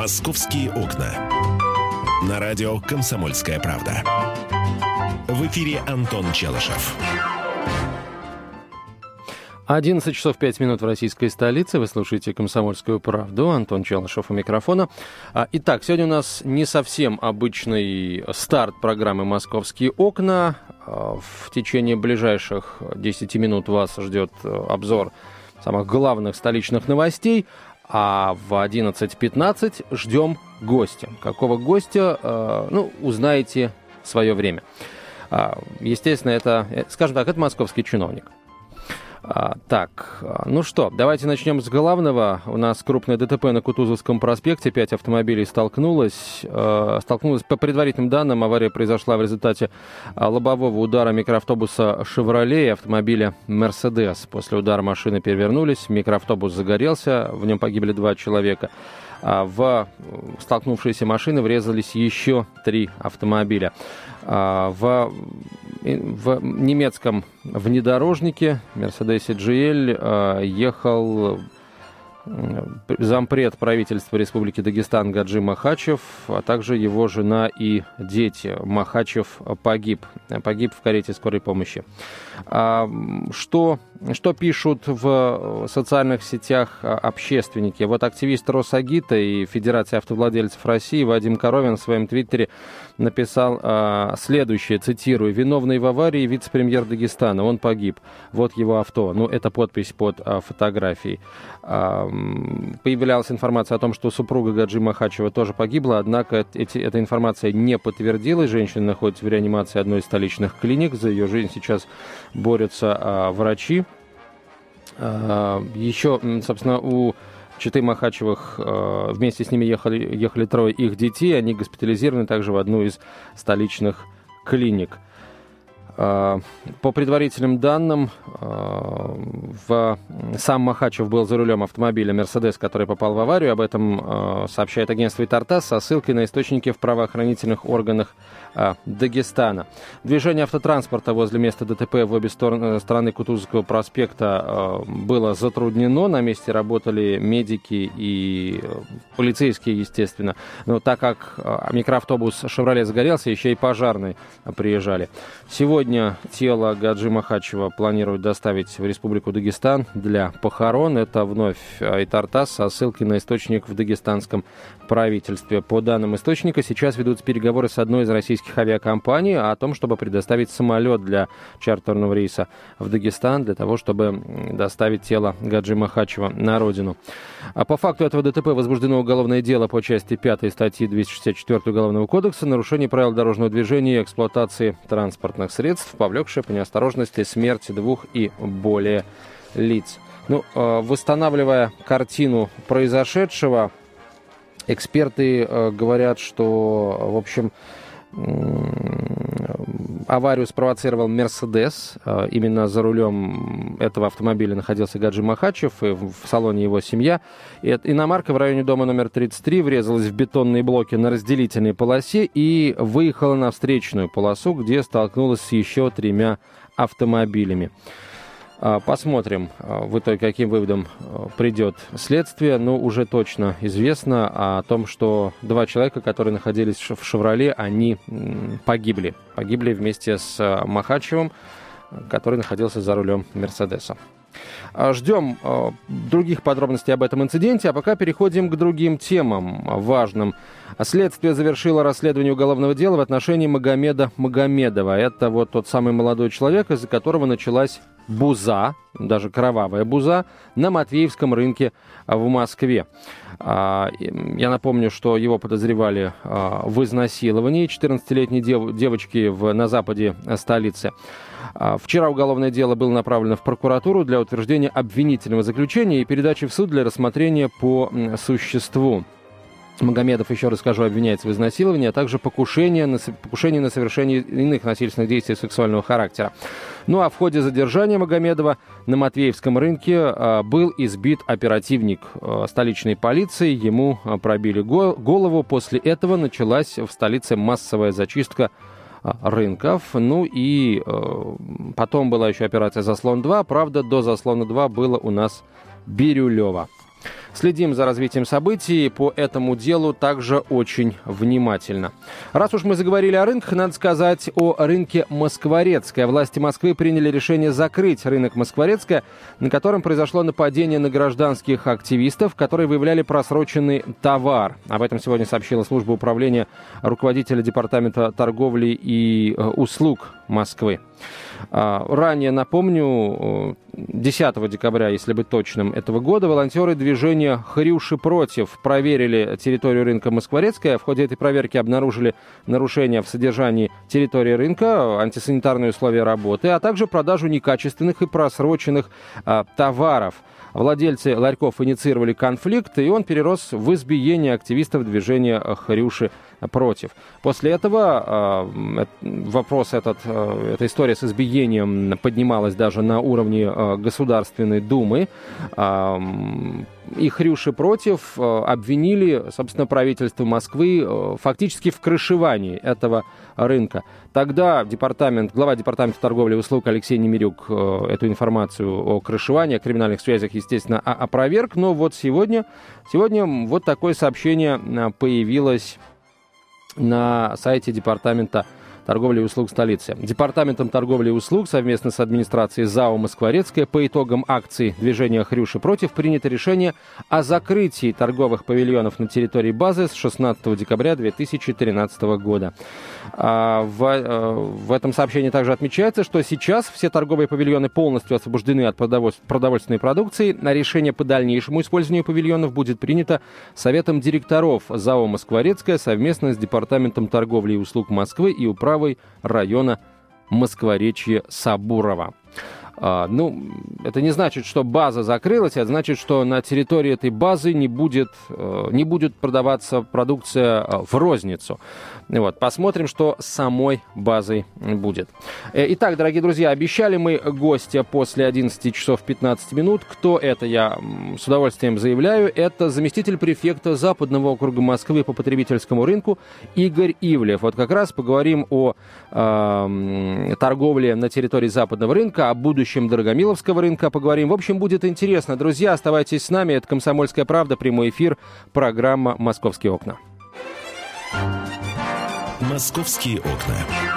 «Московские окна». На радио «Комсомольская правда». В эфире Антон Челышев. 11 часов 5 минут в российской столице. Вы слушаете «Комсомольскую правду». Антон Челышев у микрофона. Итак, сегодня у нас не совсем обычный старт программы «Московские окна». В течение ближайших 10 минут вас ждет обзор самых главных столичных новостей. А в 11:15 ждем гостя. Какого гостя, узнаете в свое время. Естественно, это, скажем так, это московский чиновник. Ну что, давайте начнем с главного. У нас крупное ДТП на Кутузовском проспекте. 5 автомобилей столкнулось. По предварительным данным, авария произошла в результате лобового удара микроавтобуса «Шевроле» и автомобиля «Мерседес». После удара машины перевернулись, микроавтобус загорелся, в нем погибли 2 человека. В столкнувшиеся машины врезались еще 3 автомобиля. В немецком внедорожнике Mercedes GL ехал зампред правительства Республики Дагестан Гаджи Махачев, а также его жена и дети. Махачев погиб в карете скорой помощи. Что пишут в социальных сетях общественники? Вот активист Росагита и Федерации автовладельцев России Вадим Коровин в своем твиттере написал следующее, цитирую: «Виновный в аварии вице-премьер Дагестана, он погиб. Вот его авто». Это подпись под фотографией. Появлялась информация о том, что супруга Гаджи Махачева тоже погибла, однако эта информация не подтвердилась. Женщина находится в реанимации одной из столичных клиник. За ее жизнь сейчас борются врачи. Еще, собственно, у четы Махачевых вместе с ними ехали 3 их детей. Они госпитализированы также в одну из столичных клиник. По предварительным данным, сам Махачев был за рулем автомобиля «Мерседес», который попал в аварию. Об этом сообщает агентство «Тартас» со ссылкой на источники в правоохранительных органах Дагестана. Движение автотранспорта возле места ДТП в обе стороны Кутузовского проспекта было затруднено. На месте работали медики и полицейские, естественно. Но так как микроавтобус «Шевроле» загорелся, еще и пожарные приезжали. Сегодня тело Гаджи Махачева планируют доставить в Республику Дагестан для похорон. Это вновь Тартас со ссылкой на источник в дагестанском правительстве. По данным источника, сейчас ведутся переговоры с одной из российских авиакомпаний о том, чтобы предоставить самолет для чартерного рейса в Дагестан, для того, чтобы доставить тело Гаджи Махачева на родину. По факту этого ДТП возбуждено уголовное дело по части 5 статьи 264 Уголовного кодекса «Нарушение правил дорожного движения и эксплуатации транспортных средств, повлекшее по неосторожности смерть 2 и более лиц». Восстанавливая картину произошедшего, эксперты говорят, что, в общем, аварию спровоцировал «Мерседес». Именно за рулем этого автомобиля находился Гаджи Махачев, и в салоне его семья. И иномарка в районе дома номер 33 врезалась в бетонные блоки на разделительной полосе и выехала на встречную полосу, где столкнулась с еще 3 автомобилями. Посмотрим, в итоге каким выводом придет следствие. Но уже точно известно о том, что 2 человека, которые находились в «Шевроле», они погибли. Погибли вместе с Махачевым, который находился за рулем «Мерседеса». Ждем других подробностей об этом инциденте, а пока переходим к другим темам важным. Следствие завершило расследование уголовного дела в отношении Магомеда Магомедова. Это вот тот самый молодой человек, из-за которого началась буза, даже кровавая буза, на Матвеевском рынке в Москве. Я напомню, что его подозревали в изнасиловании 14-летней девочки на западе столицы. Вчера уголовное дело было направлено в прокуратуру для утверждения обвинительного заключения и передачи в суд для рассмотрения по существу. Магомедов, еще раз скажу, обвиняется в изнасиловании, а также покушении на совершение иных насильственных действий сексуального характера. А в ходе задержания Магомедова на Матвеевском рынке был избит оперативник столичной полиции. Ему пробили голову. После этого началась в столице массовая зачистка рынков. И потом была еще операция «Заслон-2». Правда, до «Заслона-2» было у нас Бирюлево. Следим за развитием событий по этому делу также очень внимательно. Раз уж мы заговорили о рынках, надо сказать о рынке Москворецкое. Власти Москвы приняли решение закрыть рынок Москворецкое, на котором произошло нападение на гражданских активистов, которые выявляли просроченный товар. Об этом сегодня сообщила служба управления руководителя Департамента торговли и услуг Москвы. Ранее, напомню, 10 декабря, если быть точным, этого года волонтеры движения «Хрюши против» проверили территорию рынка Москворецкое. В ходе этой проверки обнаружили нарушения в содержании территории рынка, антисанитарные условия работы, а также продажу некачественных и просроченных товаров. Владельцы ларьков инициировали конфликт, и он перерос в избиение активистов движения «Хрюши против». После этого эта история с избиением поднималась даже на уровне Государственной Думы. И «Хрюши против» обвинили, собственно, правительство Москвы фактически в крышевании этого рынка. Тогда глава Департамента торговли и услуг Алексей Немирюк эту информацию о крышевании, о криминальных связях, естественно, опроверг. Но вот сегодня вот такое сообщение появилось на сайте Департамента торговли и услуг столицы. Департаментом торговли и услуг совместно с администрацией ЗАО «Москворецкое» по итогам акции движения «Хрюши против» принято решение о закрытии торговых павильонов на территории базы с 16 декабря 2013 года. В этом сообщении также отмечается, что сейчас все торговые павильоны полностью освобождены от продовольственной продукции. Решение по дальнейшему использованию павильонов будет принято Советом директоров ЗАО «Москворецкое» совместно с Департаментом торговли и услуг Москвы и управой района Москворечье-Сабурово. Это не значит, что база закрылась, это значит, что на территории этой базы не будет продаваться продукция в розницу. Посмотрим, что с самой базой будет. Итак, дорогие друзья, обещали мы гостя после 11 часов 15 минут. Кто это, я с удовольствием заявляю. Это заместитель префекта Западного округа Москвы по потребительскому рынку Игорь Ивлев. Как раз поговорим о торговле на территории Западного рынка, о будущем Дорогомиловского рынка поговорим. В общем, будет интересно. Друзья, оставайтесь с нами. Это «Комсомольская правда», прямой эфир, программа «Московские окна». «Московские окна».